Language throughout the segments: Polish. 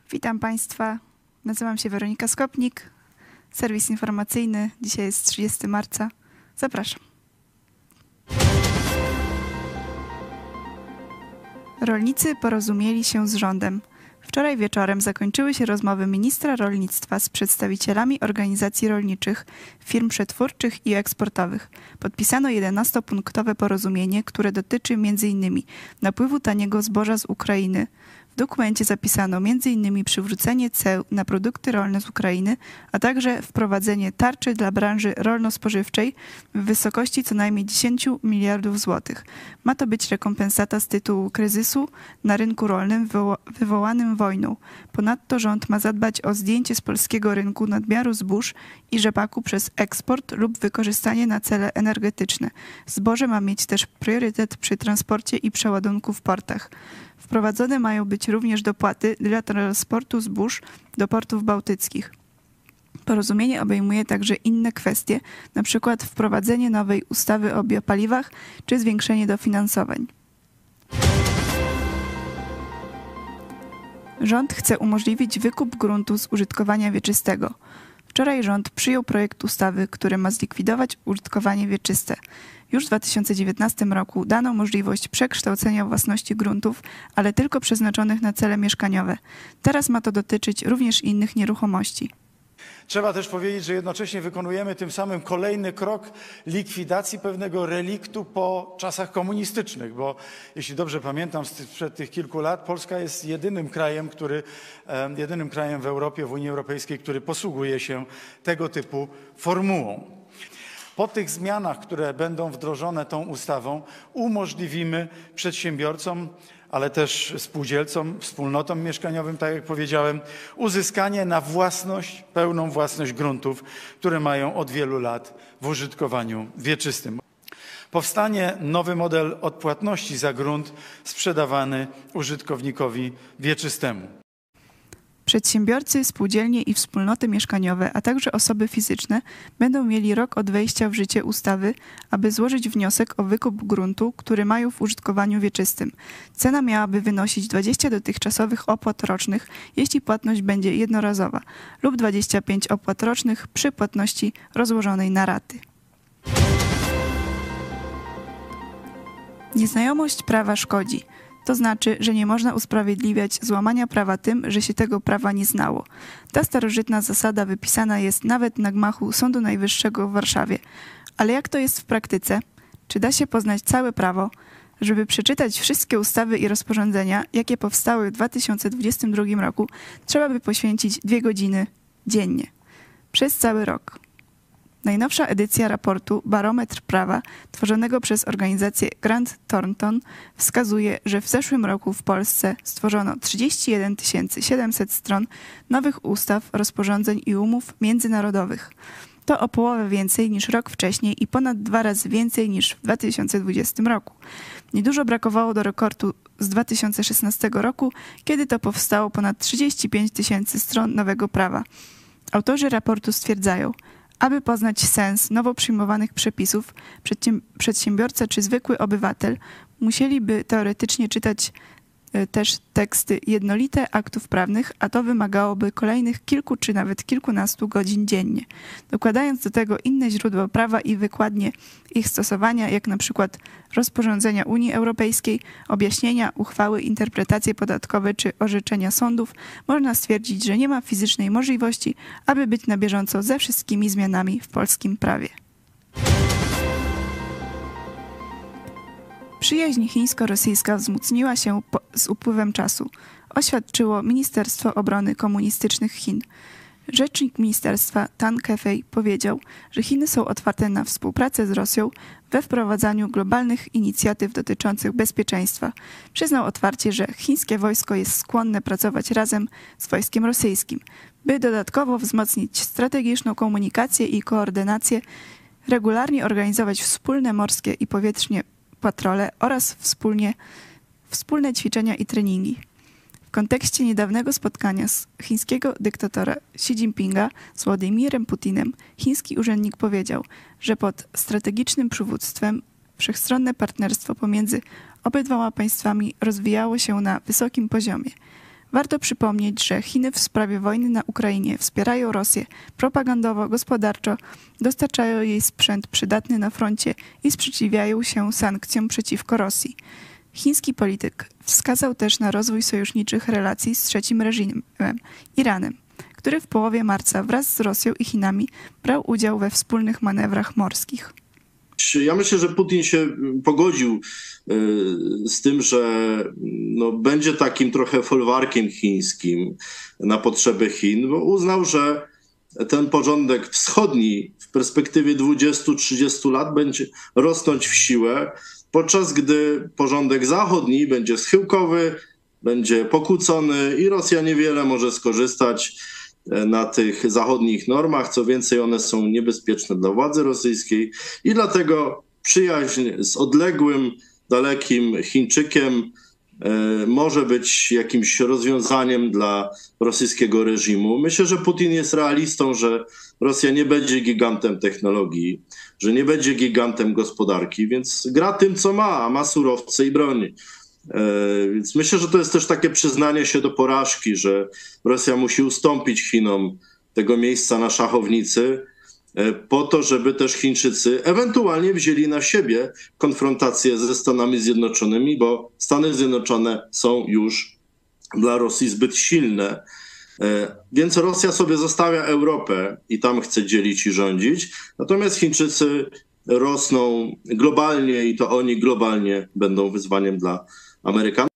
Witam Państwa, nazywam się Weronika Skopnik, serwis informacyjny. Dzisiaj jest 30 marca. Zapraszam. Rolnicy porozumieli się z rządem. Wczoraj wieczorem zakończyły się rozmowy ministra rolnictwa z przedstawicielami organizacji rolniczych, firm przetwórczych i eksportowych. Podpisano 11-punktowe porozumienie, które dotyczy m.in. napływu taniego zboża z Ukrainy. W dokumencie zapisano m.in. przywrócenie ceł na produkty rolne z Ukrainy, a także wprowadzenie tarczy dla branży rolno-spożywczej w wysokości co najmniej 10 miliardów złotych. Ma to być rekompensata z tytułu kryzysu na rynku rolnym wywołanym wojną. Ponadto rząd ma zadbać o zdjęcie z polskiego rynku nadmiaru zbóż i rzepaku przez eksport lub wykorzystanie na cele energetyczne. Zboże ma mieć też priorytet przy transporcie i przeładunku w portach. Wprowadzone mają być również dopłaty dla transportu zbóż do portów bałtyckich. Porozumienie obejmuje także inne kwestie, np. wprowadzenie nowej ustawy o biopaliwach czy zwiększenie dofinansowań. Rząd chce umożliwić wykup gruntu z użytkowania wieczystego. Wczoraj rząd przyjął projekt ustawy, który ma zlikwidować użytkowanie wieczyste. Już w 2019 roku dano możliwość przekształcenia własności gruntów, ale tylko przeznaczonych na cele mieszkaniowe. Teraz ma to dotyczyć również innych nieruchomości. Trzeba też powiedzieć, że jednocześnie wykonujemy tym samym kolejny krok likwidacji pewnego reliktu po czasach komunistycznych, bo jeśli dobrze pamiętam sprzed tych kilku lat, Polska jest jedynym krajem w Europie, w Unii Europejskiej, który posługuje się tego typu formułą. Po tych zmianach, które będą wdrożone tą ustawą, umożliwimy przedsiębiorcom, ale też spółdzielcom, wspólnotom mieszkaniowym, tak jak powiedziałem, uzyskanie na własność, pełną własność gruntów, które mają od wielu lat w użytkowaniu wieczystym. Powstanie nowy model odpłatności za grunt sprzedawany użytkownikowi wieczystemu. Przedsiębiorcy, spółdzielnie i wspólnoty mieszkaniowe, a także osoby fizyczne będą mieli rok od wejścia w życie ustawy, aby złożyć wniosek o wykup gruntu, który mają w użytkowaniu wieczystym. Cena miałaby wynosić 20 dotychczasowych opłat rocznych, jeśli płatność będzie jednorazowa, lub 25 opłat rocznych przy płatności rozłożonej na raty. Nieznajomość prawa szkodzi. To znaczy, że nie można usprawiedliwiać złamania prawa tym, że się tego prawa nie znało. Ta starożytna zasada wypisana jest nawet na gmachu Sądu Najwyższego w Warszawie. Ale jak to jest w praktyce? Czy da się poznać całe prawo? Żeby przeczytać wszystkie ustawy i rozporządzenia, jakie powstały w 2022 roku, trzeba by poświęcić 2 godziny dziennie. Przez cały rok. Najnowsza edycja raportu Barometr Prawa, tworzonego przez organizację Grant Thornton, wskazuje, że w zeszłym roku w Polsce stworzono 31 700 stron nowych ustaw, rozporządzeń i umów międzynarodowych. To o połowę więcej niż rok wcześniej i ponad 2 razy więcej niż w 2020 roku. Niedużo brakowało do rekordu z 2016 roku, kiedy to powstało ponad 35 000 stron nowego prawa. Autorzy raportu stwierdzają, aby poznać sens nowo przyjmowanych przepisów, przedsiębiorca czy zwykły obywatel musieliby teoretycznie czytać też teksty jednolite aktów prawnych, a to wymagałoby kolejnych kilku czy nawet kilkunastu godzin dziennie. Dokładając do tego inne źródła prawa i wykładnie ich stosowania, jak na przykład rozporządzenia Unii Europejskiej, objaśnienia, uchwały, interpretacje podatkowe czy orzeczenia sądów, można stwierdzić, że nie ma fizycznej możliwości, aby być na bieżąco ze wszystkimi zmianami w polskim prawie. Przyjaźń chińsko-rosyjska wzmocniła się z upływem czasu, oświadczyło Ministerstwo Obrony Komunistycznych Chin. Rzecznik ministerstwa Tan Kefei powiedział, że Chiny są otwarte na współpracę z Rosją we wprowadzaniu globalnych inicjatyw dotyczących bezpieczeństwa. Przyznał otwarcie, że chińskie wojsko jest skłonne pracować razem z wojskiem rosyjskim, by dodatkowo wzmocnić strategiczną komunikację i koordynację, regularnie organizować wspólne morskie i powietrzne patrole oraz wspólne ćwiczenia i treningi. W kontekście niedawnego spotkania z chińskiego dyktatora Xi Jinpinga z Władimirem Putinem, chiński urzędnik powiedział, że pod strategicznym przywództwem wszechstronne partnerstwo pomiędzy obydwoma państwami rozwijało się na wysokim poziomie. Warto przypomnieć, że Chiny w sprawie wojny na Ukrainie wspierają Rosję propagandowo, gospodarczo, dostarczają jej sprzęt przydatny na froncie i sprzeciwiają się sankcjom przeciwko Rosji. Chiński polityk wskazał też na rozwój sojuszniczych relacji z trzecim reżimem, Iranem, który w połowie marca wraz z Rosją i Chinami brał udział we wspólnych manewrach morskich. Ja myślę, że Putin się pogodził z tym, że będzie takim trochę folwarkiem chińskim na potrzeby Chin, bo uznał, że ten porządek wschodni w perspektywie 20-30 lat będzie rosnąć w siłę, podczas gdy porządek zachodni będzie schyłkowy, będzie pokłócony i Rosja niewiele może skorzystać na tych zachodnich normach. Co więcej, one są niebezpieczne dla władzy rosyjskiej i dlatego przyjaźń z odległym, dalekim Chińczykiem może być jakimś rozwiązaniem dla rosyjskiego reżimu. Myślę, że Putin jest realistą, że Rosja nie będzie gigantem technologii, że nie będzie gigantem gospodarki, więc gra tym, co ma, a ma surowce i broń. Więc myślę, że to jest też takie przyznanie się do porażki, że Rosja musi ustąpić Chinom tego miejsca na szachownicy po to, żeby też Chińczycy ewentualnie wzięli na siebie konfrontację ze Stanami Zjednoczonymi, bo Stany Zjednoczone są już dla Rosji zbyt silne. Więc Rosja sobie zostawia Europę i tam chce dzielić i rządzić, natomiast Chińczycy rosną globalnie i to oni globalnie będą wyzwaniem dla Amerykanów.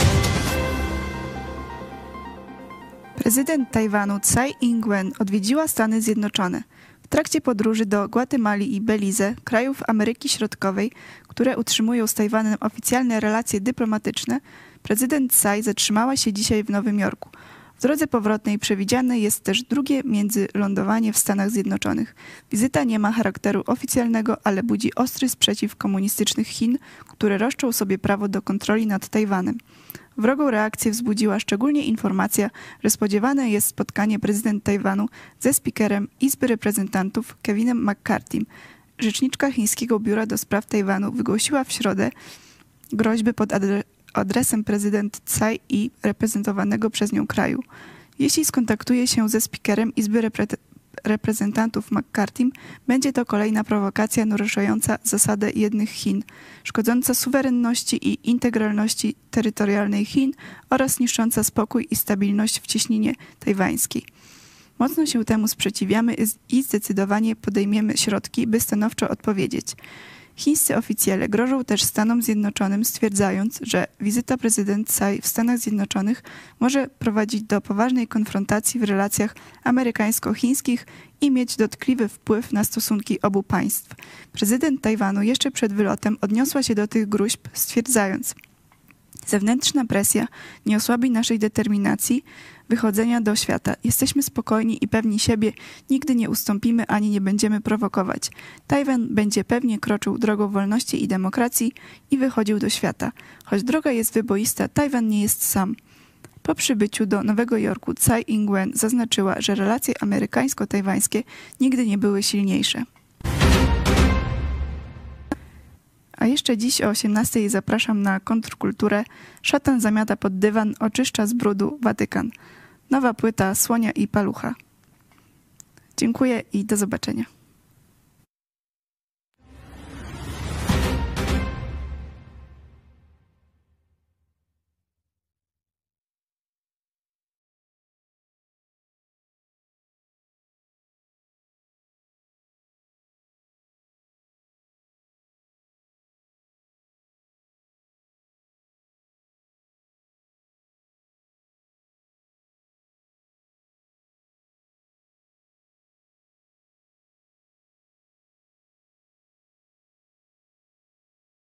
Prezydent Tajwanu Tsai Ing-wen odwiedziła Stany Zjednoczone. W trakcie podróży do Gwatemali i Belize, krajów Ameryki Środkowej, które utrzymują z Tajwanem oficjalne relacje dyplomatyczne, prezydent Tsai zatrzymała się dzisiaj w Nowym Jorku. W drodze powrotnej przewidziane jest też drugie międzylądowanie w Stanach Zjednoczonych. Wizyta nie ma charakteru oficjalnego, ale budzi ostry sprzeciw komunistycznych Chin, które roszczą sobie prawo do kontroli nad Tajwanem. Wrogą reakcję wzbudziła szczególnie informacja, że spodziewane jest spotkanie prezydent Tajwanu ze speakerem Izby Reprezentantów Kevinem McCarthym. Rzeczniczka chińskiego biura do spraw Tajwanu wygłosiła w środę groźby pod adresem prezydent Tsai i reprezentowanego przez nią kraju. Jeśli skontaktuje się ze speakerem Izby Reprezentantów McCarthym, będzie to kolejna prowokacja naruszająca zasadę jednych Chin, szkodząca suwerenności i integralności terytorialnej Chin oraz niszcząca spokój i stabilność w cieśninie tajwańskiej. Mocno się temu sprzeciwiamy i zdecydowanie podejmiemy środki, by stanowczo odpowiedzieć. Chińscy oficjele grożą też Stanom Zjednoczonym, stwierdzając, że wizyta prezydent Tsai w Stanach Zjednoczonych może prowadzić do poważnej konfrontacji w relacjach amerykańsko-chińskich i mieć dotkliwy wpływ na stosunki obu państw. Prezydent Tajwanu jeszcze przed wylotem odniosła się do tych gróźb, stwierdzając: zewnętrzna presja nie osłabi naszej determinacji wychodzenia do świata. Jesteśmy spokojni i pewni siebie, nigdy nie ustąpimy ani nie będziemy prowokować. Tajwan będzie pewnie kroczył drogą wolności i demokracji i wychodził do świata. Choć droga jest wyboista, Tajwan nie jest sam. Po przybyciu do Nowego Jorku Tsai Ing-wen zaznaczyła, że relacje amerykańsko-tajwańskie nigdy nie były silniejsze. A jeszcze dziś o 18:00 zapraszam na kontrkulturę Szatan zamiata pod dywan, oczyszcza z brudu Watykan. Nowa płyta Słonia i Palucha. Dziękuję i do zobaczenia.